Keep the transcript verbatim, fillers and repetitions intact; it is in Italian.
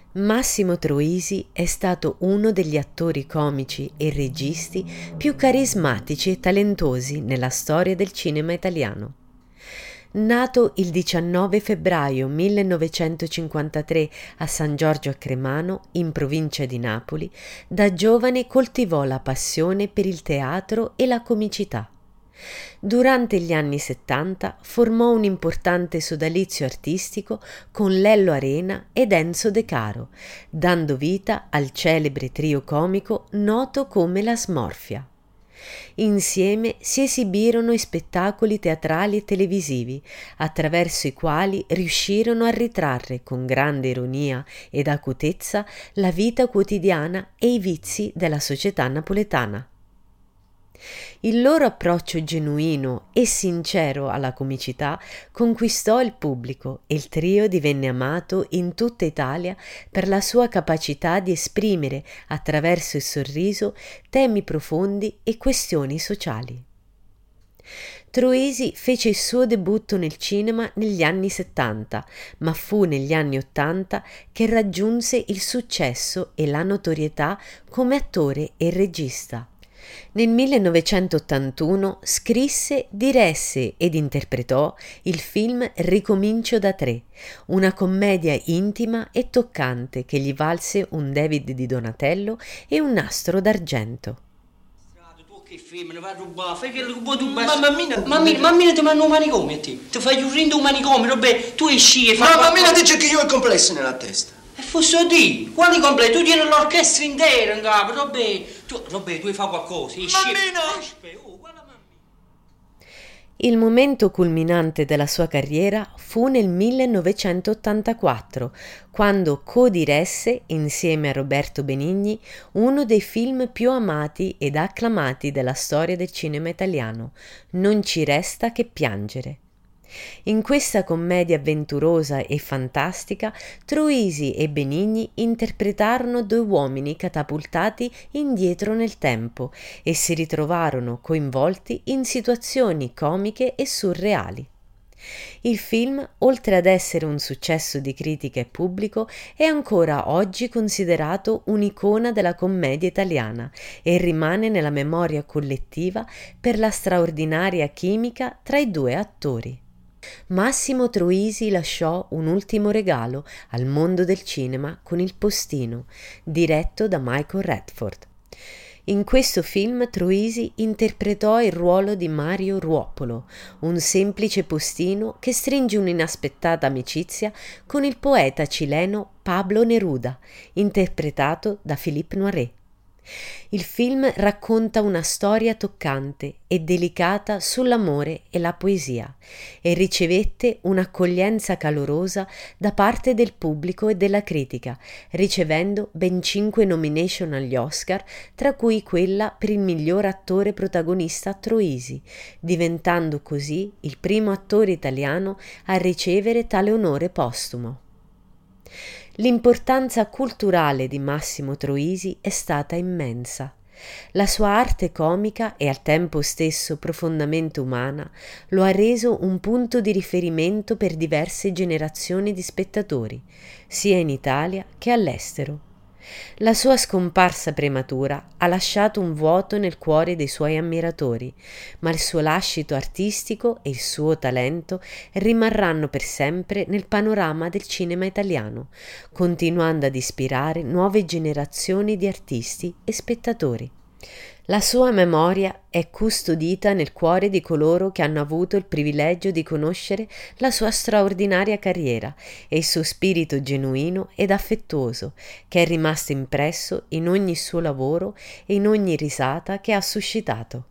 Massimo Troisi è stato uno degli attori comici e registi più carismatici e talentosi nella storia del cinema italiano. Nato il diciannove febbraio millenovecentocinquantatré a San Giorgio a Cremano, in provincia di Napoli, da giovane coltivò la passione per il teatro e la comicità. Durante gli anni settanta formò un importante sodalizio artistico con Lello Arena ed Enzo De Caro, dando vita al celebre trio comico noto come La Smorfia. Insieme si esibirono in spettacoli teatrali e televisivi, attraverso i quali riuscirono a ritrarre con grande ironia ed acutezza la vita quotidiana e i vizi della società napoletana. Il loro approccio genuino e sincero alla comicità conquistò il pubblico e il trio divenne amato in tutta Italia per la sua capacità di esprimere attraverso il sorriso temi profondi e questioni sociali. Troisi fece il suo debutto nel cinema negli anni settanta, ma fu negli anni ottanta che raggiunse il successo e la notorietà come attore e regista. Nel millenovecentottantuno scrisse, diresse ed interpretò il film Ricomincio da tre, una commedia intima e toccante che gli valse un David di Donatello e un Nastro d'argento. Che film, ne va a rubare, fai che rubo tu basta. Mammina, mammina, mammina ti mando un manicomio a te. Ti fai un rindo un manicomio, robè, tu esci e fai. Ma mammina dice che io ho complessi nella testa. E fosse di, quali completi? Tu tieni l'orchestra intera in capo, robè. Tu, robè, tu fai qualcosa, esci. Mammina! Oh, guarda mammina. Il momento culminante della sua carriera fu nel millenovecentottantaquattro, quando co-diresse, insieme a Roberto Benigni, uno dei film più amati ed acclamati della storia del cinema italiano, Non ci resta che piangere. In questa commedia avventurosa e fantastica, Troisi e Benigni interpretarono due uomini catapultati indietro nel tempo e si ritrovarono coinvolti in situazioni comiche e surreali. Il film, oltre ad essere un successo di critica e pubblico, è ancora oggi considerato un'icona della commedia italiana e rimane nella memoria collettiva per la straordinaria chimica tra i due attori. Massimo Troisi lasciò un ultimo regalo al mondo del cinema con Il postino, diretto da Michael Radford. In questo film Troisi interpretò il ruolo di Mario Ruopolo, un semplice postino che stringe un'inaspettata amicizia con il poeta cileno Pablo Neruda, interpretato da Philippe Noiret. Il film racconta una storia toccante e delicata sull'amore e la poesia e ricevette un'accoglienza calorosa da parte del pubblico e della critica, ricevendo ben cinque nomination agli Oscar, tra cui quella per il miglior attore protagonista Troisi, diventando così il primo attore italiano a ricevere tale onore postumo. L'importanza culturale di Massimo Troisi è stata immensa. La sua arte comica e al tempo stesso profondamente umana lo ha reso un punto di riferimento per diverse generazioni di spettatori, sia in Italia che all'estero. La sua scomparsa prematura ha lasciato un vuoto nel cuore dei suoi ammiratori, ma il suo lascito artistico e il suo talento rimarranno per sempre nel panorama del cinema italiano, continuando ad ispirare nuove generazioni di artisti e spettatori. La sua memoria è custodita nel cuore di coloro che hanno avuto il privilegio di conoscere la sua straordinaria carriera e il suo spirito genuino ed affettuoso, che è rimasto impresso in ogni suo lavoro e in ogni risata che ha suscitato.